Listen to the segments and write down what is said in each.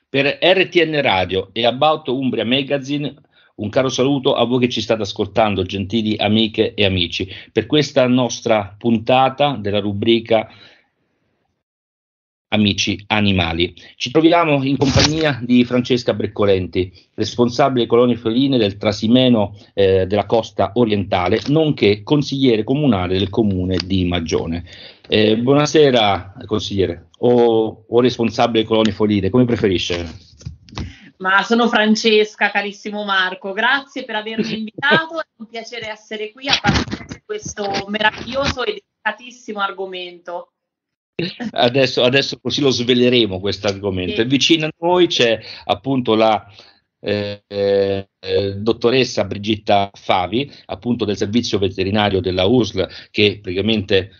Per RTN Radio e About Umbria Magazine, un caro saluto a voi che ci state ascoltando, gentili amiche e amici, per questa nostra puntata della rubrica Amici Animali. Ci troviamo in compagnia di Francesca Breccolenti, responsabile colonie feline del Trasimeno della costa orientale, nonché consigliere comunale del comune di Magione. Buonasera consigliere, o responsabile colonie feline, come preferisce? Ma sono Francesca, carissimo Marco, grazie per avermi invitato, è un piacere essere qui a parlare di questo meraviglioso e delicatissimo argomento. Adesso così lo sveleremo questo argomento. E vicino a noi c'è appunto la dottoressa Brigitta Favi, appunto del servizio veterinario della USL, che praticamente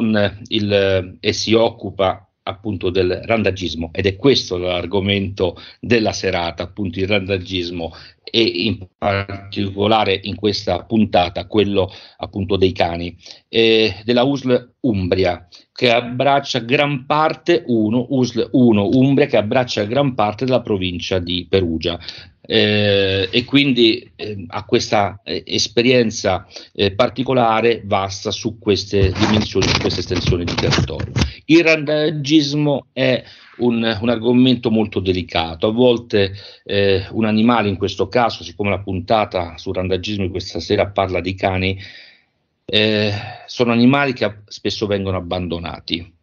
si occupa appunto del randagismo, ed è questo l'argomento della serata, appunto il randagismo, e in particolare in questa puntata quello appunto dei cani, della USL Umbria, che abbraccia gran parte USL 1 Umbria, che abbraccia gran parte della provincia di Perugia. E quindi ha questa esperienza particolare, vasta su queste dimensioni, su queste estensioni di territorio. Il randagismo è un argomento molto delicato. A volte un animale, in questo caso, siccome la puntata sul randagismo di questa sera parla di cani, sono animali che spesso vengono abbandonati.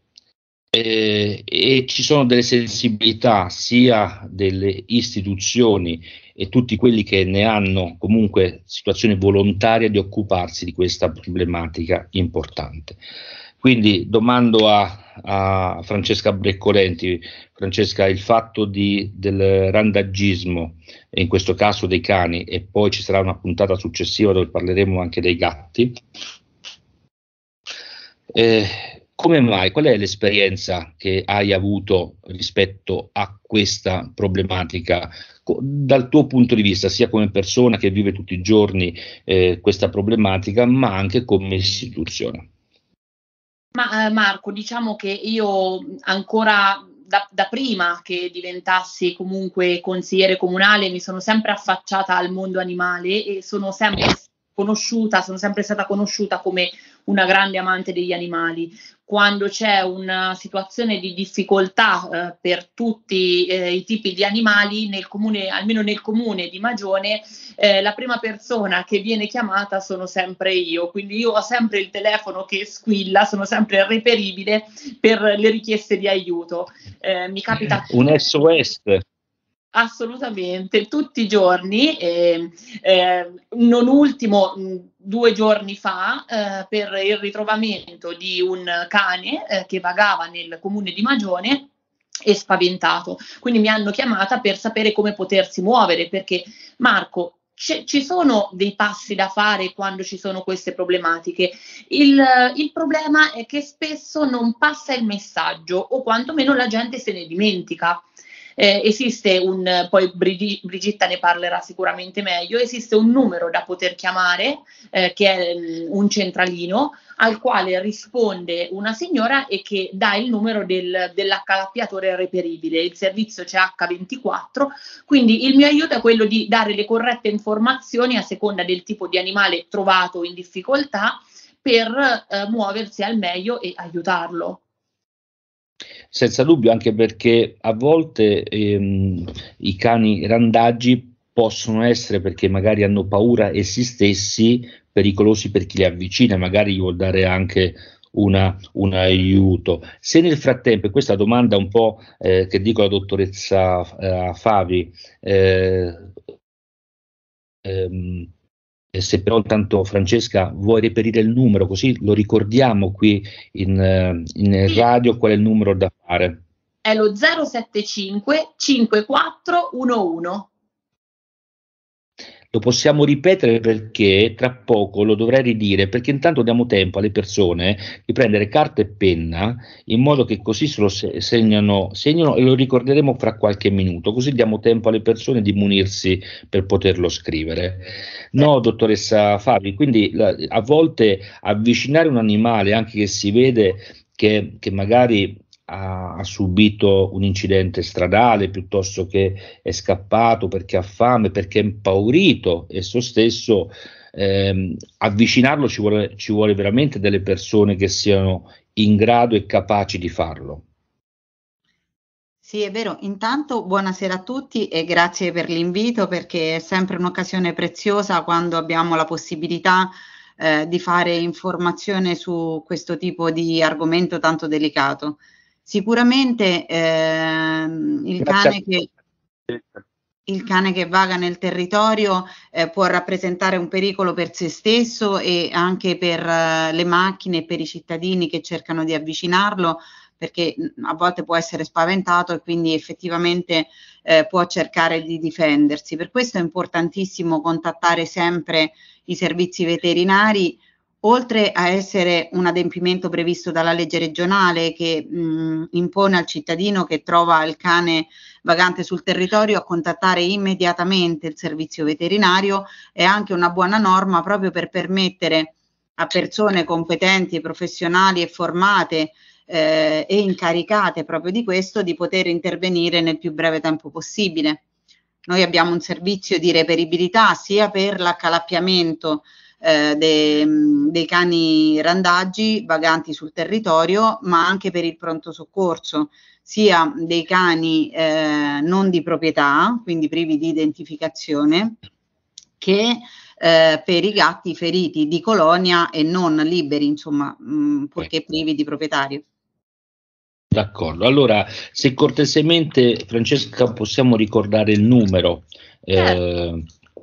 E ci sono delle sensibilità sia delle istituzioni e tutti quelli che ne hanno comunque situazione volontaria di occuparsi di questa problematica importante. Quindi domando a Francesca Breccolenti. Francesca, il fatto del randagismo, e in questo caso dei cani, e poi ci sarà una puntata successiva dove parleremo anche dei gatti, come mai? Qual è l'esperienza che hai avuto rispetto a questa problematica dal tuo punto di vista, sia come persona che vive tutti i giorni questa problematica, ma anche come istituzione? Ma Marco, diciamo che io ancora da prima che diventassi comunque consigliere comunale mi sono sempre affacciata al mondo animale e sono sempre stata conosciuta come una grande amante degli animali. Quando c'è una situazione di difficoltà per tutti i tipi di animali nel comune, almeno nel comune di Magione, la prima persona che viene chiamata sono sempre io, quindi io ho sempre il telefono che squilla, sono sempre reperibile per le richieste di aiuto. Mi capita un SOS. Assolutamente, tutti i giorni, non ultimo 2 giorni fa, per il ritrovamento di un cane che vagava nel comune di Magione e spaventato. Quindi mi hanno chiamata per sapere come potersi muovere, perché Marco, ci sono dei passi da fare quando ci sono queste problematiche. Il problema è che spesso non passa il messaggio, o quantomeno la gente se ne dimentica. Esiste poi Brigitta ne parlerà sicuramente meglio, esiste un numero da poter chiamare che è un centralino al quale risponde una signora e che dà il numero dell'accalappiatore reperibile. Il servizio c'è H24, quindi il mio aiuto è quello di dare le corrette informazioni a seconda del tipo di animale trovato in difficoltà per muoversi al meglio e aiutarlo. Senza dubbio, anche perché a volte i cani randagi possono essere, perché magari hanno paura essi stessi, pericolosi per chi li avvicina, magari gli vuol dare anche un aiuto. Se nel frattempo, e questa domanda un po' che dico alla dottoressa Favi, se però intanto Francesca vuoi reperire il numero, così lo ricordiamo qui in radio, qual è il numero da fare? È lo 075 5411. Lo possiamo ripetere perché tra poco lo dovrei ridire, perché intanto diamo tempo alle persone di prendere carta e penna, in modo che così se lo segnano e lo ricorderemo fra qualche minuto, così diamo tempo alle persone di munirsi per poterlo scrivere. No, dottoressa Fabi, quindi a volte avvicinare un animale, anche che si vede che magari ha subito un incidente stradale, piuttosto che è scappato perché ha fame, perché è impaurito esso stesso, avvicinarlo ci vuole veramente delle persone che siano in grado e capaci di farlo. Sì, è vero. Intanto buonasera a tutti e grazie per l'invito, perché è sempre un'occasione preziosa quando abbiamo la possibilità di fare informazione su questo tipo di argomento tanto delicato. Sicuramente il cane che vaga nel territorio può rappresentare un pericolo per se stesso e anche per le macchine e per i cittadini che cercano di avvicinarlo, perché a volte può essere spaventato e quindi effettivamente può cercare di difendersi. Per questo è importantissimo contattare sempre i servizi veterinari, oltre a essere un adempimento previsto dalla legge regionale che impone al cittadino che trova il cane vagante sul territorio a contattare immediatamente il servizio veterinario. È anche una buona norma proprio per permettere a persone competenti, professionali e formate e incaricate proprio di questo di poter intervenire nel più breve tempo possibile. Noi abbiamo un servizio di reperibilità sia per l'accalappiamento dei cani randagi vaganti sul territorio, ma anche per il pronto soccorso, sia dei cani non di proprietà, quindi privi di identificazione, che per i gatti feriti di colonia e non liberi, insomma, purché privi di proprietario. D'accordo, allora se cortesemente Francesca possiamo ricordare il numero per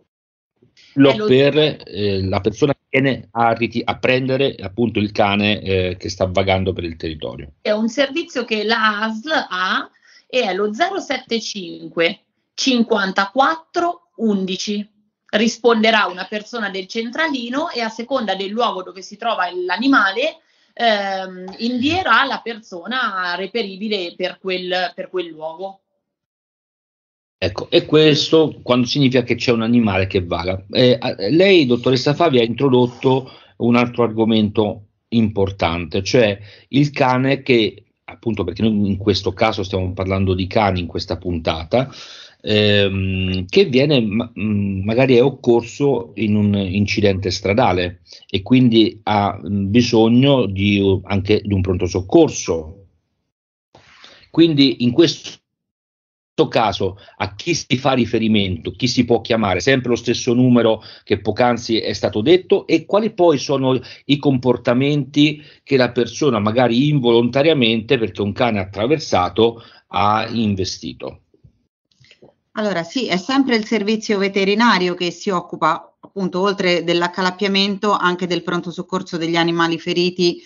la persona che viene a prendere appunto il cane che sta vagando per il territorio. È un servizio che la ASL ha e è lo 075 54 11. Risponderà una persona del centralino e a seconda del luogo dove si trova l'animale invierà la persona reperibile per quel luogo. Ecco, e questo quando significa che c'è un animale che vaga. Lei, dottoressa Favia, ha introdotto un altro argomento importante, cioè il cane che, appunto perché noi in questo caso stiamo parlando di cani in questa puntata, che viene magari è occorso in un incidente stradale e quindi ha bisogno anche di un pronto soccorso. Quindi in questo caso a chi si fa riferimento, chi si può chiamare? Sempre lo stesso numero che poc'anzi è stato detto, e quali poi sono i comportamenti che la persona magari involontariamente, perché un cane attraversato, ha investito? Allora sì, è sempre il servizio veterinario che si occupa appunto, oltre dell'accalappiamento, anche del pronto soccorso degli animali feriti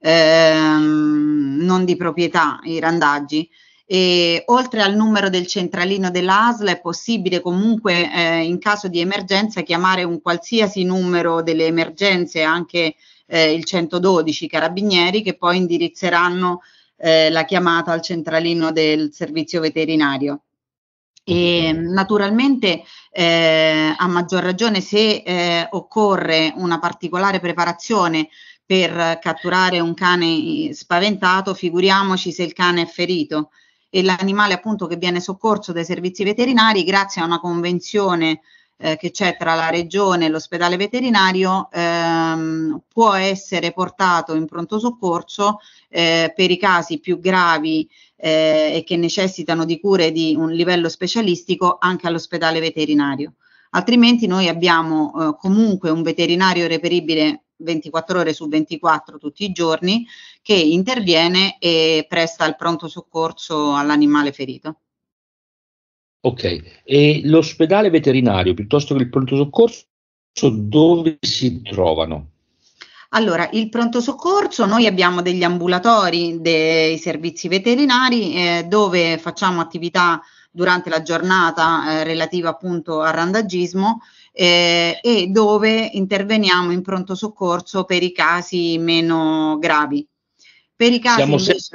non di proprietà, i randaggi. E oltre al numero del centralino della ASL è possibile comunque in caso di emergenza chiamare un qualsiasi numero delle emergenze, anche il 112 carabinieri, che poi indirizzeranno la chiamata al centralino del servizio veterinario. E naturalmente a maggior ragione se occorre una particolare preparazione per catturare un cane spaventato, figuriamoci se il cane è ferito, e l'animale appunto che viene soccorso dai servizi veterinari, grazie a una convenzione che c'è tra la regione e l'ospedale veterinario, può essere portato in pronto soccorso per i casi più gravi e che necessitano di cure di un livello specialistico anche all'ospedale veterinario. Altrimenti noi abbiamo comunque un veterinario reperibile 24 ore su 24 tutti i giorni che interviene e presta il pronto soccorso all'animale ferito. Ok, e l'ospedale veterinario piuttosto che il pronto soccorso dove si trovano? Allora, il pronto soccorso, noi abbiamo degli ambulatori dei servizi veterinari dove facciamo attività durante la giornata relativa appunto al randagismo e dove interveniamo in pronto soccorso per i casi meno gravi. Per i casi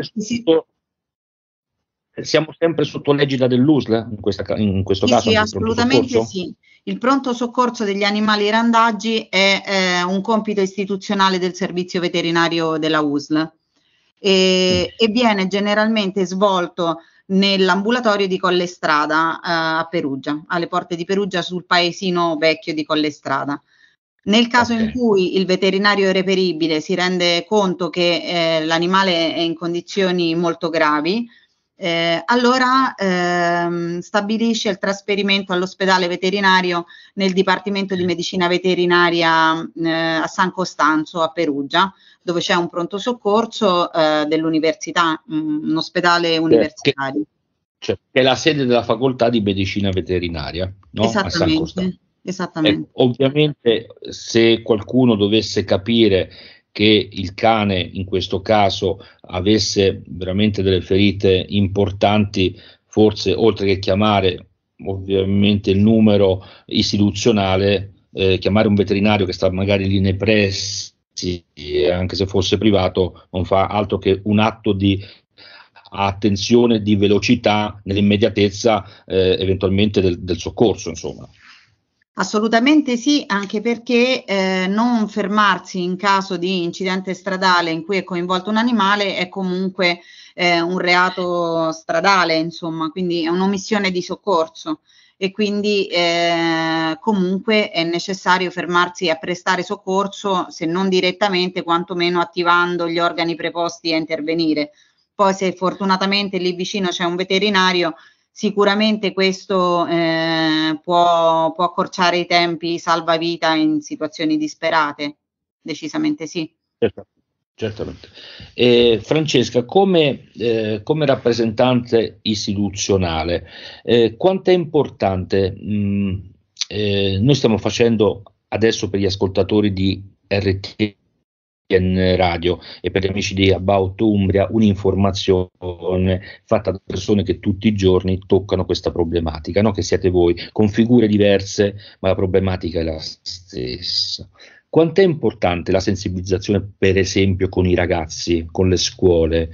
siamo sempre sotto l'egida dell'USL in questo caso? Sì, assolutamente sì. Il pronto soccorso degli animali randagi è un compito istituzionale del servizio veterinario della USL. e viene generalmente svolto nell'ambulatorio di Collestrada a Perugia, alle porte di Perugia, sul paesino vecchio di Collestrada. Nel caso in cui il veterinario reperibile si rende conto che l'animale è in condizioni molto gravi, allora stabilisce il trasferimento all'ospedale veterinario nel Dipartimento di Medicina Veterinaria a San Costanzo a Perugia, dove c'è un pronto soccorso dell'università, un ospedale universitario. Che è la sede della facoltà di medicina veterinaria, no? A San Costanzo. Esattamente. Ovviamente, se qualcuno dovesse capire che il cane in questo caso avesse veramente delle ferite importanti, forse oltre che chiamare ovviamente il numero istituzionale, chiamare un veterinario che sta magari lì nei pressi, anche se fosse privato, non fa altro che un atto di attenzione, di velocità nell'immediatezza eventualmente del soccorso, insomma. Assolutamente sì, anche perché non fermarsi in caso di incidente stradale in cui è coinvolto un animale è comunque un reato stradale, insomma, quindi è un'omissione di soccorso e quindi comunque è necessario fermarsi a prestare soccorso, se non direttamente, quantomeno attivando gli organi preposti a intervenire. Poi se fortunatamente lì vicino c'è un veterinario, sicuramente questo può accorciare i tempi salvavita in situazioni disperate, decisamente sì. Certamente. Francesca, come rappresentante istituzionale, quanto è importante, noi stiamo facendo adesso per gli ascoltatori di RTN Radio e per gli amici di About Umbria un'informazione fatta da persone che tutti i giorni toccano questa problematica, no? Che siete voi, con figure diverse, ma la problematica è la stessa. Quanto è importante la sensibilizzazione, per esempio, con i ragazzi, con le scuole?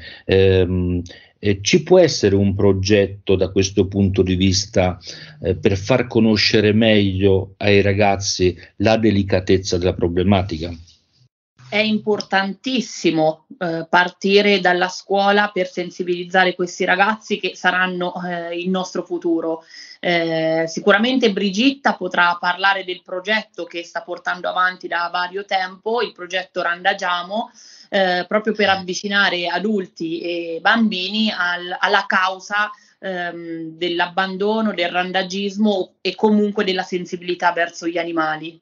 Ci può essere un progetto da questo punto di vista per far conoscere meglio ai ragazzi la delicatezza della problematica? È importantissimo partire dalla scuola per sensibilizzare questi ragazzi che saranno il nostro futuro. Sicuramente Brigitta potrà parlare del progetto che sta portando avanti da vario tempo, il progetto Randagiamo, proprio per avvicinare adulti e bambini alla causa dell'abbandono, del randagismo e comunque della sensibilità verso gli animali.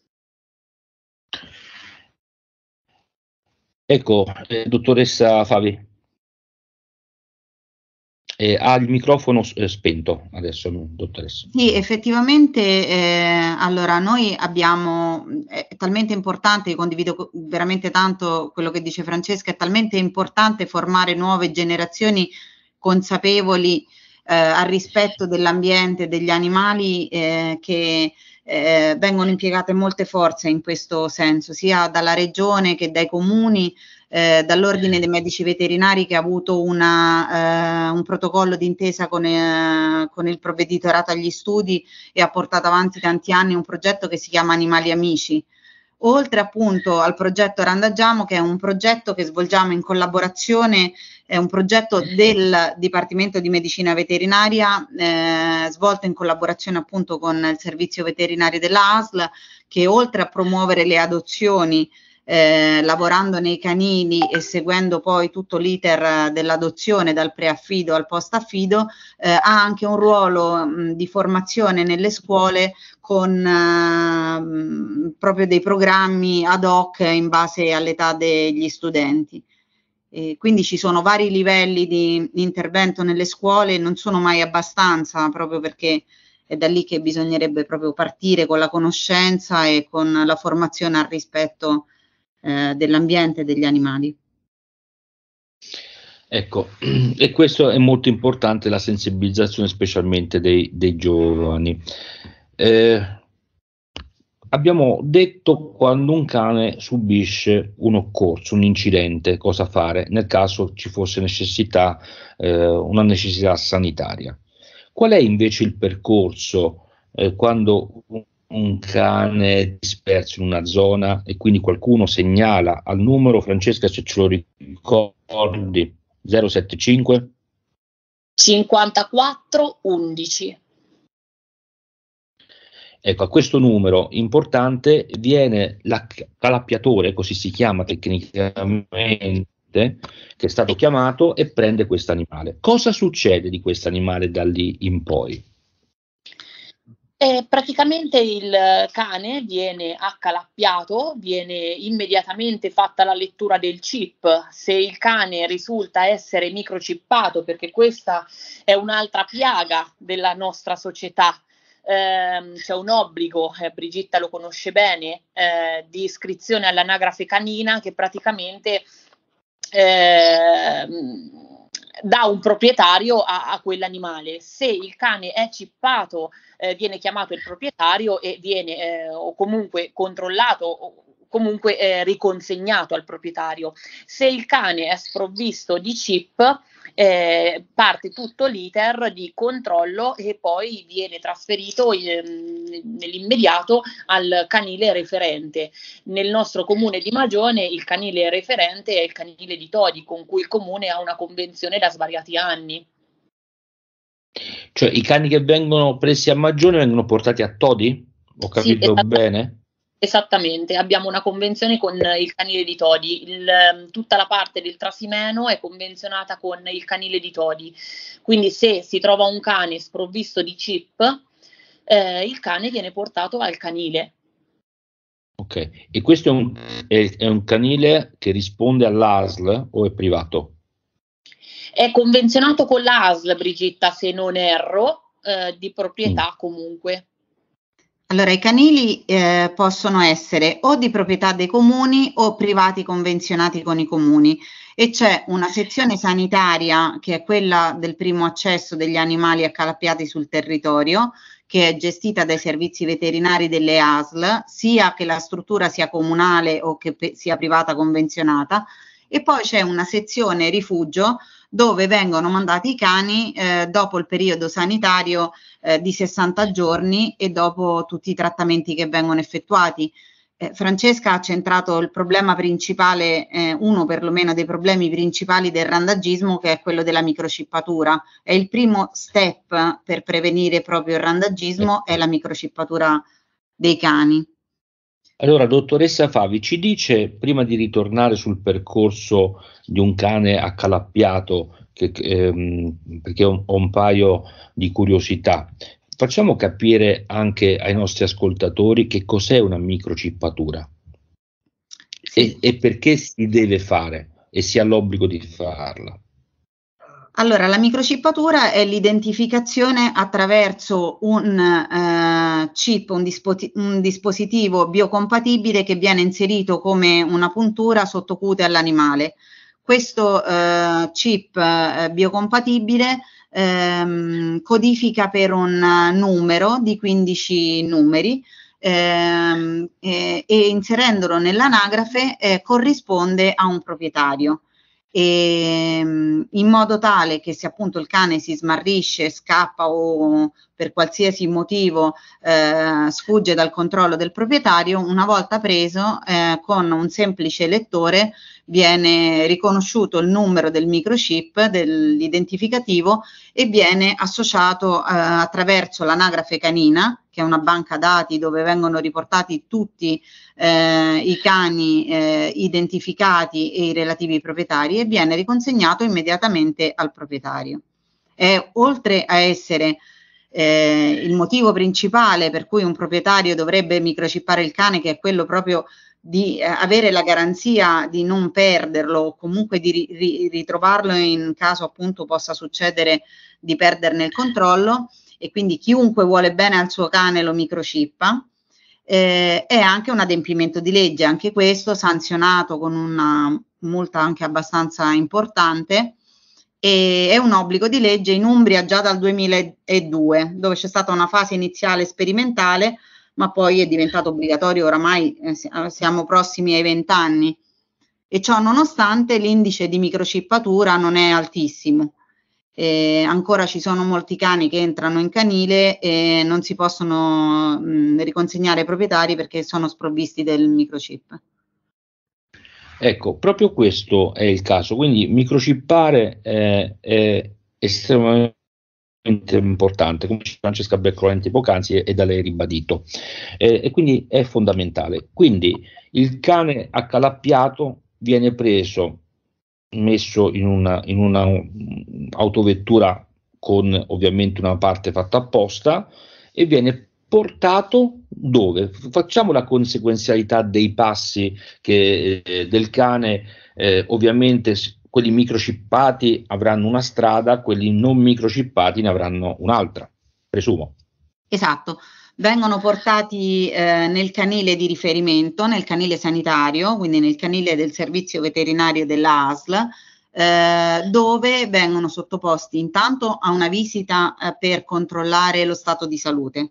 Ecco, dottoressa Favi, ha il microfono spento adesso, dottoressa. Sì, effettivamente, allora noi abbiamo, è talmente importante, condivido veramente tanto quello che dice Francesca, è talmente importante formare nuove generazioni consapevoli al rispetto dell'ambiente, degli animali, che vengono impiegate molte forze in questo senso, sia dalla regione che dai comuni, dall'ordine dei medici veterinari, che ha avuto un protocollo d'intesa con il provveditorato agli studi e ha portato avanti tanti anni un progetto che si chiama Animali Amici. Oltre appunto al progetto Randagiamo, che è un progetto che svolgiamo in collaborazione, è un progetto del Dipartimento di Medicina Veterinaria, svolto in collaborazione appunto con il servizio veterinario della ASL, che oltre a promuovere le adozioni, lavorando nei canili e seguendo poi tutto l'iter dell'adozione dal preaffido al post-affido, ha anche un ruolo di formazione nelle scuole con proprio dei programmi ad hoc in base all'età degli studenti. Quindi ci sono vari livelli di intervento nelle scuole, non sono mai abbastanza, proprio perché è da lì che bisognerebbe proprio partire con la conoscenza e con la formazione al rispetto dell'ambiente e degli animali. Ecco, e questo è molto importante, la sensibilizzazione specialmente dei giovani. Abbiamo detto quando un cane subisce un occorso, un incidente, cosa fare nel caso ci fosse necessità, una necessità sanitaria. Qual è invece il percorso quando un cane è disperso in una zona e quindi qualcuno segnala al numero, Francesca, se ce lo ricordi, ricordi. 075 54 11. Ecco, a questo numero importante viene l'accalappiatore, così si chiama tecnicamente, che è stato chiamato, e prende questo animale. Cosa succede di questo animale da lì in poi? Praticamente il cane viene accalappiato, viene immediatamente fatta la lettura del chip. Se il cane risulta essere microchippato, perché questa è un'altra piaga della nostra società, c'è un obbligo, Brigitta lo conosce bene, di iscrizione all'anagrafe canina che praticamente dà un proprietario a quell'animale. Se il cane è chippato, viene chiamato il proprietario e viene o comunque controllato o comunque riconsegnato al proprietario. Se il cane è sprovvisto di chip, parte tutto l'iter di controllo e poi viene trasferito nell'immediato al canile referente. Nel nostro comune di Magione il canile referente è il canile di Todi, con cui il comune ha una convenzione da svariati anni. Cioè i cani che vengono presi a Magione vengono portati a Todi? Ho capito bene? Esattamente, abbiamo una convenzione con il canile di Todi, tutta la parte del Trasimeno è convenzionata con il canile di Todi, quindi se si trova un cane sprovvisto di chip, il cane viene portato al canile. Ok, e questo è un canile che risponde all'ASL o è privato? È convenzionato con la ASL, Brigitta, se non erro, di proprietà comunque. Allora, i canili possono essere o di proprietà dei comuni o privati convenzionati con i comuni, e c'è una sezione sanitaria che è quella del primo accesso degli animali accalappiati sul territorio, che è gestita dai servizi veterinari delle ASL, sia che la struttura sia comunale o che sia privata convenzionata, e poi c'è una sezione rifugio dove vengono mandati i cani dopo il periodo sanitario di 60 giorni e dopo tutti i trattamenti che vengono effettuati. Francesca ha centrato il problema principale, uno perlomeno dei problemi principali del randagismo, che è quello della microchippatura. È il primo step per prevenire proprio il randagismo, è la microchippatura dei cani. Allora, dottoressa Favi, ci dice, prima di ritornare sul percorso di un cane accalappiato, perché ho un paio di curiosità, facciamo capire anche ai nostri ascoltatori che cos'è una microchippatura e perché si deve fare e si ha l'obbligo di farla. Allora, la microchippatura è l'identificazione attraverso un chip, un dispositivo biocompatibile che viene inserito come una puntura sottocute all'animale. Questo chip biocompatibile codifica per un numero di 15 numeri e inserendolo nell'anagrafe corrisponde a un proprietario. In modo tale che se appunto il cane si smarrisce, scappa o per qualsiasi motivo sfugge dal controllo del proprietario, una volta preso con un semplice lettore viene riconosciuto il numero del microchip, dell'identificativo, e viene associato attraverso l'anagrafe canina, che è una banca dati dove vengono riportati tutti i cani identificati e i relativi proprietari, e viene riconsegnato immediatamente al proprietario. Oltre a essere il motivo principale per cui un proprietario dovrebbe microchippare il cane, che è quello proprio di avere la garanzia di non perderlo o comunque di ritrovarlo in caso appunto possa succedere di perderne il controllo, e quindi chiunque vuole bene al suo cane lo microchippa. È anche un adempimento di legge, anche questo sanzionato con una multa anche abbastanza importante, e è un obbligo di legge in Umbria già dal 2002, dove c'è stata una fase iniziale sperimentale, ma poi è diventato obbligatorio. Oramai siamo prossimi ai 20 anni, e ciò nonostante l'indice di microchippatura non è altissimo. Ancora ci sono molti cani che entrano in canile e non si possono riconsegnare ai proprietari perché sono sprovvisti del microchip. Ecco, proprio questo è il caso, quindi microchippare è estremamente importante, come Francesca Beccolenti poc'anzi e da lei ribadito, e quindi è fondamentale. Quindi il cane accalappiato viene preso, messo in una autovettura con ovviamente una parte fatta apposta e viene portato dove? Facciamo la conseguenzialità dei passi del cane, ovviamente quelli microchippati avranno una strada, quelli non microchippati ne avranno un'altra, presumo. Esatto, vengono portati nel canile di riferimento, nel canile sanitario, quindi nel canile del servizio veterinario della ASL, dove vengono sottoposti intanto a una visita per controllare lo stato di salute.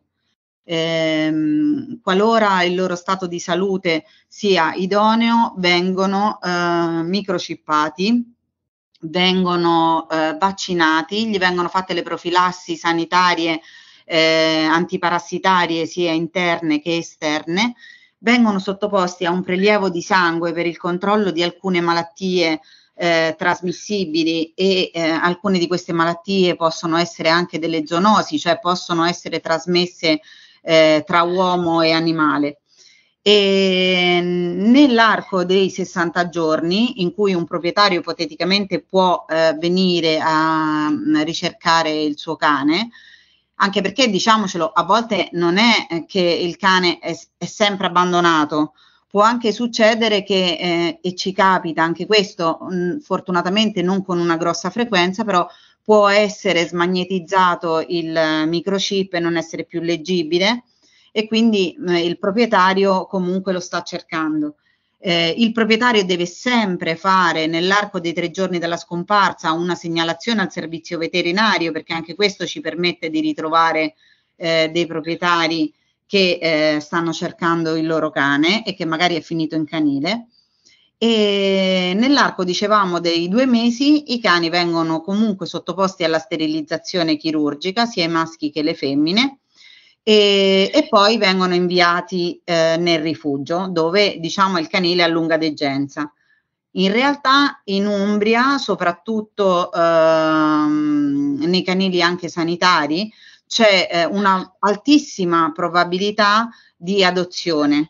Qualora il loro stato di salute sia idoneo, vengono microchippati, vengono vaccinati, gli vengono fatte le profilassi sanitarie antiparassitarie sia interne che esterne, vengono sottoposti a un prelievo di sangue per il controllo di alcune malattie trasmissibili e alcune di queste malattie possono essere anche delle zoonosi, cioè possono essere trasmesse tra uomo e animale. E nell'arco dei 60 giorni in cui un proprietario ipoteticamente può venire a ricercare il suo cane, anche perché diciamocelo, a volte non è che il cane è sempre abbandonato, può anche succedere che, e ci capita anche questo, fortunatamente non con una grossa frequenza, però può essere smagnetizzato il microchip e non essere più leggibile e quindi il proprietario comunque lo sta cercando. Il proprietario deve sempre fare nell'arco dei 3 giorni dalla scomparsa una segnalazione al servizio veterinario, perché anche questo ci permette di ritrovare dei proprietari che stanno cercando il loro cane e che magari è finito in canile. E nell'arco, dicevamo, dei 2 mesi i cani vengono comunque sottoposti alla sterilizzazione chirurgica, sia i maschi che le femmine, e poi vengono inviati nel rifugio dove diciamo il canile ha lunga degenza. In realtà in Umbria, soprattutto nei canili anche sanitari, c'è una altissima probabilità di adozione.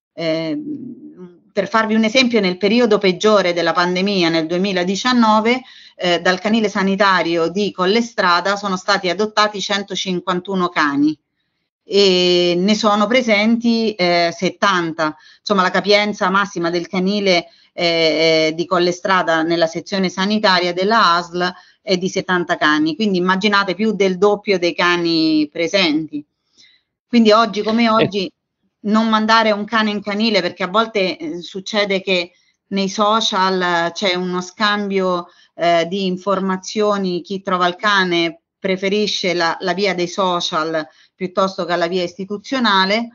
Per farvi un esempio, nel periodo peggiore della pandemia, nel 2019, dal canile sanitario di Collestrada sono stati adottati 151 cani e ne sono presenti 70. Insomma, la capienza massima del canile di Collestrada nella sezione sanitaria della ASL è di 70 cani, quindi immaginate più del doppio dei cani presenti. Quindi oggi come oggi non mandare un cane in canile, perché a volte succede che nei social c'è uno scambio di informazioni, chi trova il cane preferisce la via dei social piuttosto che la via istituzionale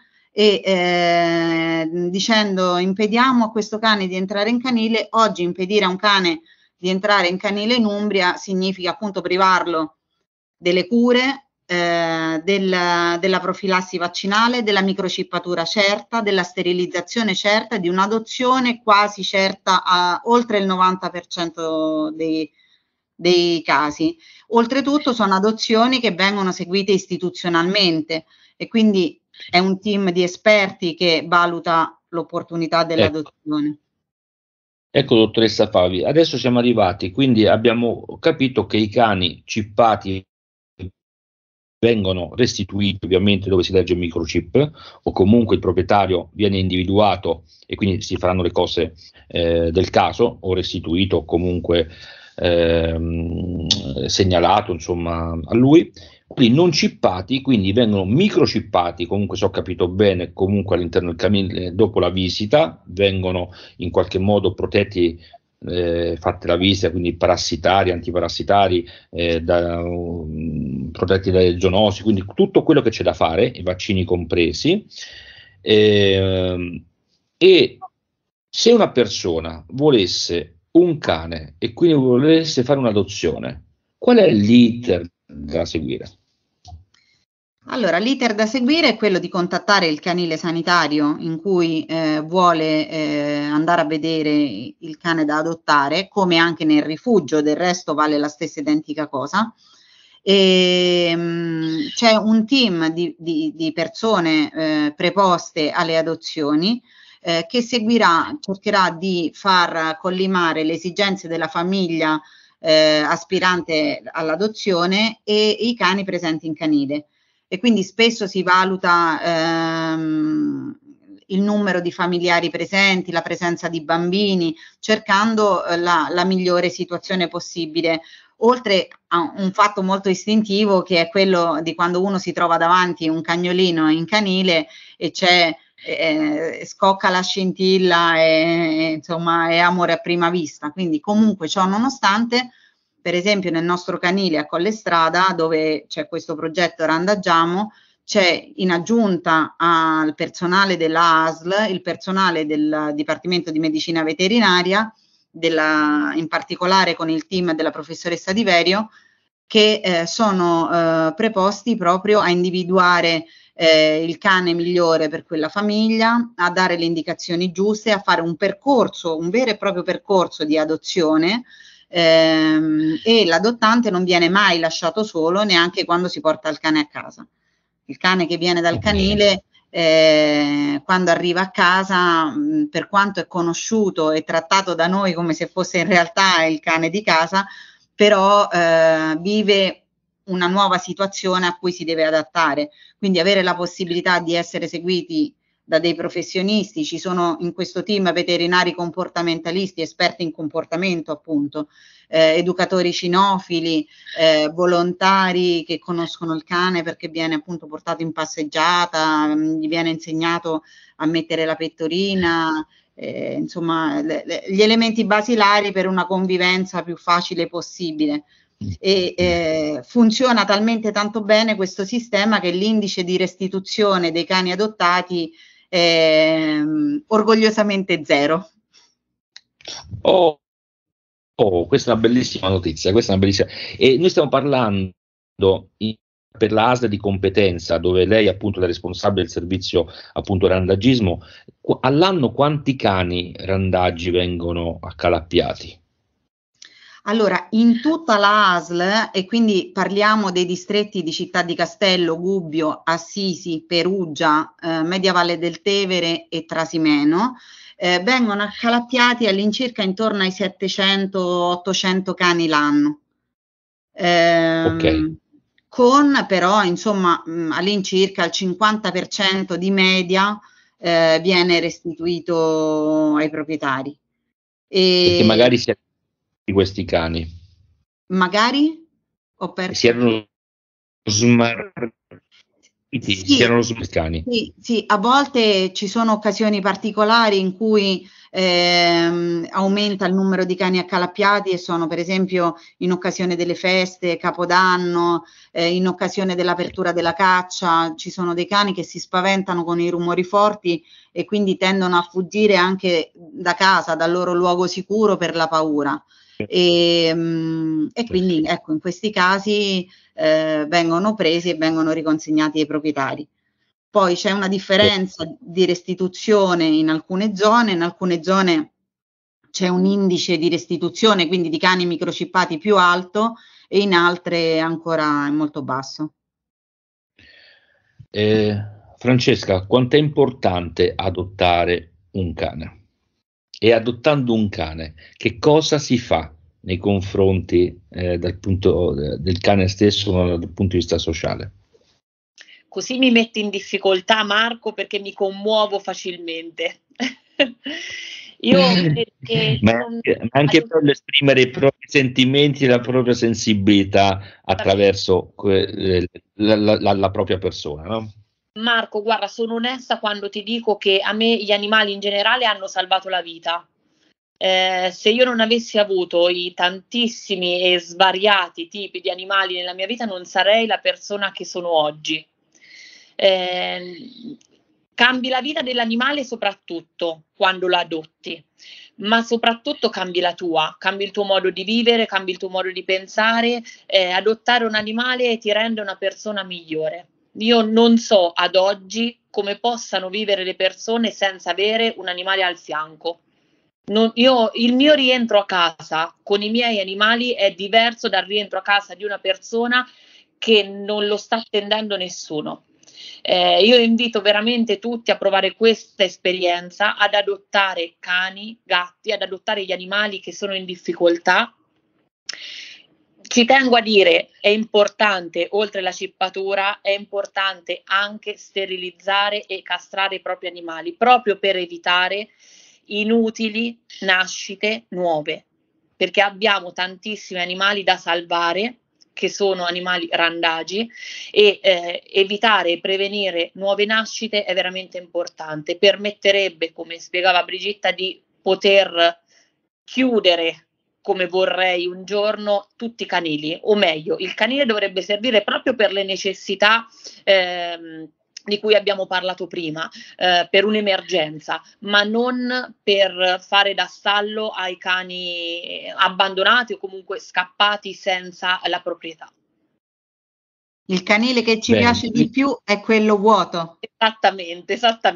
e dicendo impediamo a questo cane di entrare in canile. Oggi impedire a un cane di entrare in canile in Umbria significa appunto privarlo delle cure, della profilassi vaccinale, della microchippatura certa, della sterilizzazione certa, di un'adozione quasi certa a oltre il 90% dei casi. Oltretutto sono adozioni che vengono seguite istituzionalmente e quindi è un team di esperti che valuta l'opportunità dell'adozione. Ecco, dottoressa Favi, adesso siamo arrivati, quindi abbiamo capito che i cani chippati vengono restituiti ovviamente dove si legge il microchip o comunque il proprietario viene individuato e quindi si faranno le cose del caso o restituito o comunque segnalato insomma a lui. Quelli non chippati quindi vengono microchippati, comunque se ho capito bene, comunque all'interno del canile dopo la visita vengono in qualche modo protetti, fatte la visita, quindi parassitari, antiparassitari, protetti dalle zoonosi, quindi tutto quello che c'è da fare, i vaccini compresi, e se una persona volesse un cane e quindi volesse fare un'adozione, qual è l'iter da seguire? Allora, l'iter da seguire è quello di contattare il canile sanitario in cui vuole andare a vedere il cane da adottare, come anche nel rifugio, del resto vale la stessa identica cosa. C'è un team di persone preposte alle adozioni che cercherà di far collimare le esigenze della famiglia aspirante all'adozione e i cani presenti in canile. E quindi spesso si valuta il numero di familiari presenti, la presenza di bambini, cercando la migliore situazione possibile, oltre a un fatto molto istintivo che è quello di quando uno si trova davanti un cagnolino in canile e scocca la scintilla e insomma è amore a prima vista. Quindi comunque ciò nonostante, per esempio nel nostro canile a Collestrada, dove c'è questo progetto Randaggiamo, c'è in aggiunta al personale della ASL il personale del Dipartimento di Medicina Veterinaria, in particolare con il team della professoressa Di Verio, che sono preposti proprio a individuare il cane migliore per quella famiglia, a dare le indicazioni giuste, a fare un percorso, un vero e proprio percorso di adozione, e l'adottante non viene mai lasciato solo neanche quando si porta il cane a casa. Il cane che viene dal canile quando arriva a casa, per quanto è conosciuto e trattato da noi come se fosse in realtà il cane di casa, però vive una nuova situazione a cui si deve adattare, quindi avere la possibilità di essere seguiti da dei professionisti. Ci sono in questo team veterinari comportamentalisti, esperti in comportamento appunto, educatori cinofili, volontari che conoscono il cane perché viene appunto portato in passeggiata, gli viene insegnato a mettere la pettorina, insomma gli elementi basilari per una convivenza più facile possibile. E funziona talmente tanto bene questo sistema che l'indice di restituzione dei cani adottati è orgogliosamente 0. Questa è una bellissima notizia, E noi stiamo parlando per la ASL di competenza, dove lei appunto è responsabile del servizio appunto randagismo. All'anno quanti cani randaggi vengono accalappiati? Allora, in tutta la ASL, e quindi parliamo dei distretti di Città di Castello, Gubbio, Assisi, Perugia, Media Valle del Tevere e Trasimeno, vengono accalappiati all'incirca intorno ai 700-800 cani l'anno. Ok. Con però, insomma, all'incirca il 50% di media viene restituito ai proprietari. E che magari si di questi cani magari si erano smarriti, si erano cani. Sì, a volte ci sono occasioni particolari in cui aumenta il numero di cani accalappiati, e sono per esempio in occasione delle feste, Capodanno, in occasione dell'apertura della caccia. Ci sono dei cani che si spaventano con i rumori forti e quindi tendono a fuggire anche da casa, dal loro luogo sicuro, per la paura. E quindi ecco, in questi casi vengono presi e vengono riconsegnati ai proprietari. Poi c'è una differenza di restituzione in alcune zone c'è un indice di restituzione, quindi di cani microchippati, più alto, e in altre ancora è molto basso. Francesca, quanto è importante adottare un cane? E adottando un cane, che cosa si fa nei confronti dal punto del cane stesso, dal punto di vista sociale? Così mi metti in difficoltà, Marco, perché mi commuovo facilmente. Ma anche per esprimere i propri sentimenti e la propria sensibilità attraverso la propria persona, no? Marco, guarda, sono onesta quando ti dico che a me gli animali in generale hanno salvato la vita. Se io non avessi avuto i tantissimi e svariati tipi di animali nella mia vita, non sarei la persona che sono oggi. Cambi la vita dell'animale soprattutto quando lo adotti, ma soprattutto cambi la tua, cambi il tuo modo di vivere, cambi il tuo modo di pensare. Adottare un animale ti rende una persona migliore. Io non so ad oggi come possano vivere le persone senza avere un animale al fianco. Il mio rientro a casa con i miei animali è diverso dal rientro a casa di una persona che non lo sta attendendo nessuno. Io invito veramente tutti a provare questa esperienza, ad adottare cani, gatti, ad adottare gli animali che sono in difficoltà. Ci tengo a dire, è importante, oltre la cippatura, è importante anche sterilizzare e castrare i propri animali, proprio per evitare inutili nascite nuove, perché abbiamo tantissimi animali da salvare, che sono animali randagi, e evitare e prevenire nuove nascite è veramente importante. Permetterebbe, come spiegava Brigitta, di poter chiudere, come vorrei un giorno, tutti i canili, o meglio, il canile dovrebbe servire proprio per le necessità di cui abbiamo parlato prima, per un'emergenza, ma non per fare da stallo ai cani abbandonati o comunque scappati senza la proprietà. Il canile che ci piace di più è quello vuoto. Esattamente.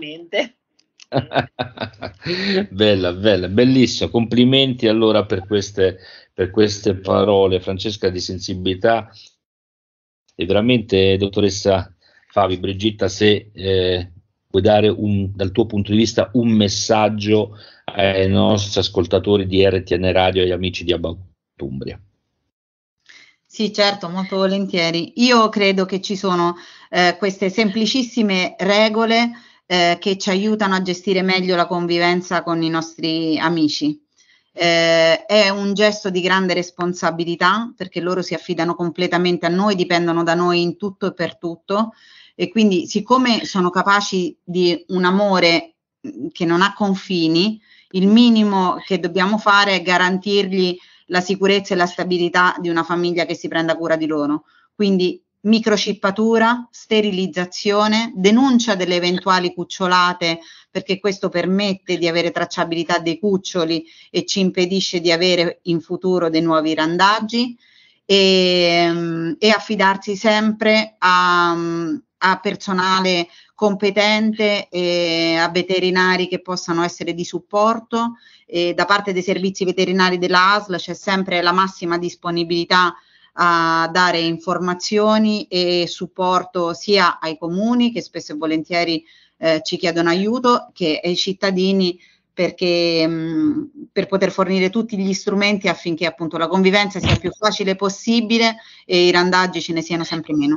Bella, bellissimo. Complimenti allora per queste parole, Francesca, di sensibilità. E veramente, dottoressa Favi, Brigitta, se puoi dare dal tuo punto di vista un messaggio ai nostri ascoltatori di RTN Radio e agli amici di About Umbria. Sì, certo, molto volentieri. Io credo che ci sono queste semplicissime regole che ci aiutano a gestire meglio la convivenza con i nostri amici. È un gesto di grande responsabilità, perché loro si affidano completamente a noi, dipendono da noi in tutto e per tutto, e quindi, siccome sono capaci di un amore che non ha confini, il minimo che dobbiamo fare è garantirgli la sicurezza e la stabilità di una famiglia che si prenda cura di loro. Quindi microchippatura, sterilizzazione, denuncia delle eventuali cucciolate, perché questo permette di avere tracciabilità dei cuccioli e ci impedisce di avere in futuro dei nuovi randaggi, e affidarsi sempre a personale competente e a veterinari che possano essere di supporto. E da parte dei servizi veterinari della ASL c'è sempre la massima disponibilità a dare informazioni e supporto sia ai comuni, che spesso e volentieri ci chiedono aiuto, che ai cittadini, perché per poter fornire tutti gli strumenti affinché appunto la convivenza sia più facile possibile e i randaggi ce ne siano sempre meno.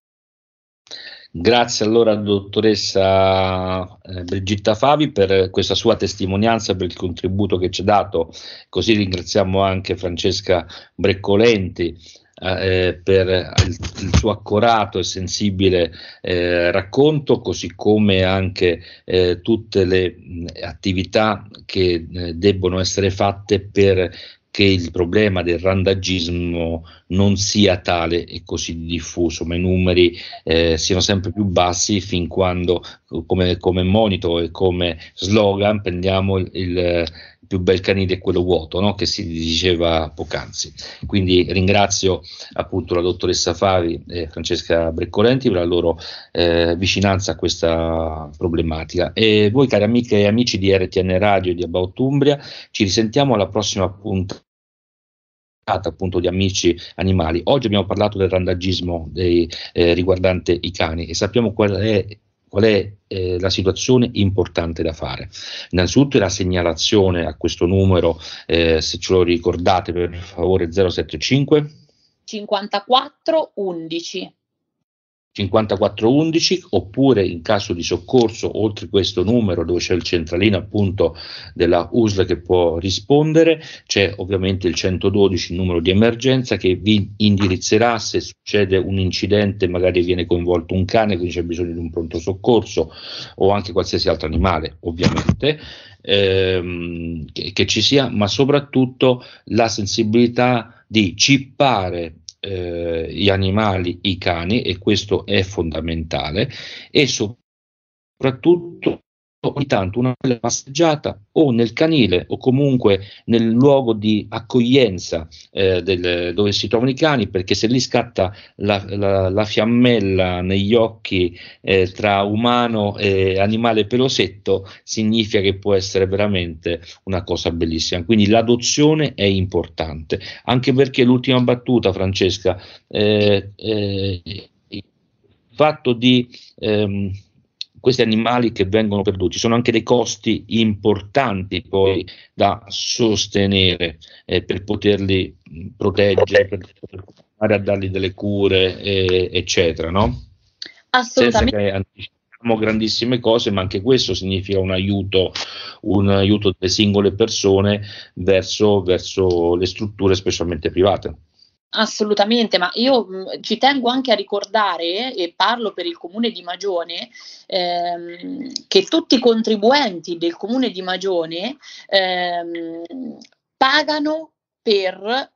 Grazie allora Dottoressa Brigitta Favi per questa sua testimonianza, per il contributo che ci ha dato. Così ringraziamo anche Francesca Breccolenti per il suo accorato e sensibile racconto, così come anche tutte le attività che debbono essere fatte per che il problema del randagismo non sia tale e così diffuso, ma i numeri siano sempre più bassi, fin quando come monito e come slogan prendiamo il più bel canile è quello vuoto, no? Che si diceva poc'anzi. Quindi ringrazio appunto la dottoressa Favi e Francesca Breccolenti per la loro vicinanza a questa problematica. E voi, cari amiche e amici di RTN Radio e di About Umbria, ci risentiamo alla prossima puntata appunto di Amici Animali. Oggi abbiamo parlato del randagismo riguardante i cani, e sappiamo qual è la situazione importante da fare. Innanzitutto la segnalazione a questo numero, se ce lo ricordate per favore, 075 54 11 5411, oppure in caso di soccorso, oltre questo numero dove c'è il centralino appunto della USL che può rispondere, c'è ovviamente il 112, il numero di emergenza, che vi indirizzerà se succede un incidente, magari viene coinvolto un cane, quindi c'è bisogno di un pronto soccorso, o anche qualsiasi altro animale ovviamente, che ci sia, ma soprattutto la sensibilità di cippare gli animali, i cani, e questo è fondamentale, e soprattutto ogni tanto una bella passeggiata o nel canile o comunque nel luogo di accoglienza dove si trovano i cani, perché se lì scatta la fiammella negli occhi tra umano e animale pelosetto, significa che può essere veramente una cosa bellissima. Quindi l'adozione è importante, anche perché l'ultima battuta, Francesca, il fatto di questi animali che vengono perduti sono anche dei costi importanti poi da sostenere per poterli proteggere, per continuare a dargli delle cure, eccetera, no? Assolutamente. Senza che anticipiamo grandissime cose, ma anche questo significa un aiuto delle singole persone verso le strutture specialmente private. Assolutamente, ma io ci tengo anche a ricordare, e parlo per il Comune di Magione, che tutti i contribuenti del Comune di Magione pagano per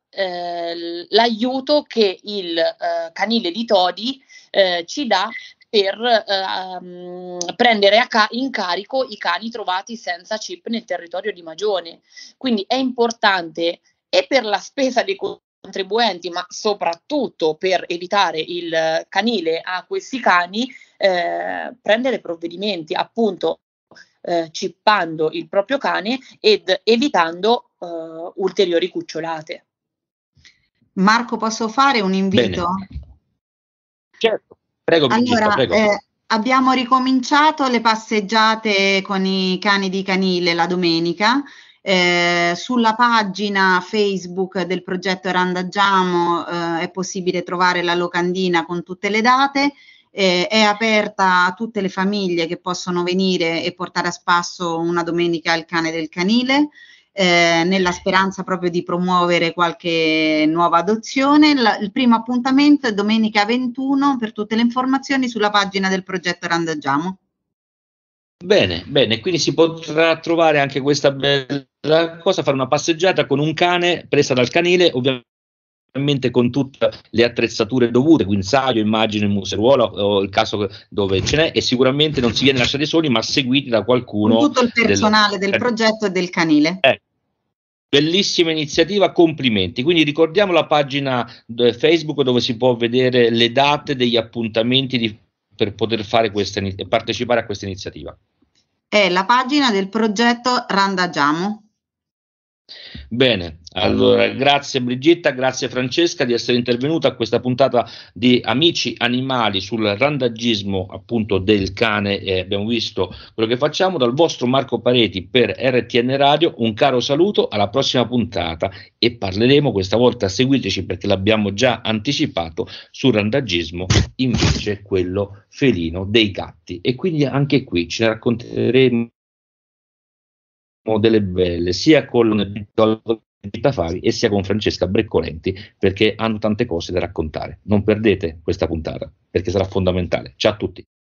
l'aiuto che il canile di Todi ci dà per prendere in carico i cani trovati senza chip nel territorio di Magione. Quindi è importante, e per la spesa dei contribuenti, ma soprattutto per evitare il canile a questi cani, prendere provvedimenti, appunto chippando il proprio cane ed evitando ulteriori cucciolate. Marco, posso fare un invito? Bene. Certo, prego Brigitta, allora, prego. Abbiamo ricominciato le passeggiate con i cani di canile la domenica. Sulla pagina Facebook del progetto Randaggiamo è possibile trovare la locandina con tutte le date, è aperta a tutte le famiglie che possono venire e portare a spasso una domenica il cane del canile, nella speranza proprio di promuovere qualche nuova adozione. Il primo appuntamento è domenica 21, per tutte le informazioni sulla pagina del progetto Randaggiamo. Bene, bene, quindi si potrà trovare anche questa bella cosa, fare una passeggiata con un cane presa dal canile, ovviamente con tutte le attrezzature dovute, guinzaglio, immagino il museruolo o il caso dove ce n'è, e sicuramente non si viene lasciati soli ma seguiti da qualcuno. Con tutto il personale del progetto e del canile. Bellissima iniziativa, complimenti. Quindi ricordiamo la pagina Facebook dove si può vedere le date degli appuntamenti per poter fare partecipare a questa iniziativa. È la pagina del progetto Randaggiamo. Bene, allora grazie Brigitta, grazie Francesca di essere intervenuta a questa puntata di Amici Animali sul randaggismo appunto del cane, e abbiamo visto quello che facciamo. Dal vostro Marco Pareti per RTN Radio un caro saluto, alla prossima puntata, e parleremo questa volta, seguiteci perché l'abbiamo già anticipato, sul randaggismo invece quello felino dei gatti, e quindi anche qui ci racconteremo delle belle, sia con Brigitta Favi e sia con Francesca Breccolenti, perché hanno tante cose da raccontare. Non perdete questa puntata perché sarà fondamentale. Ciao a tutti.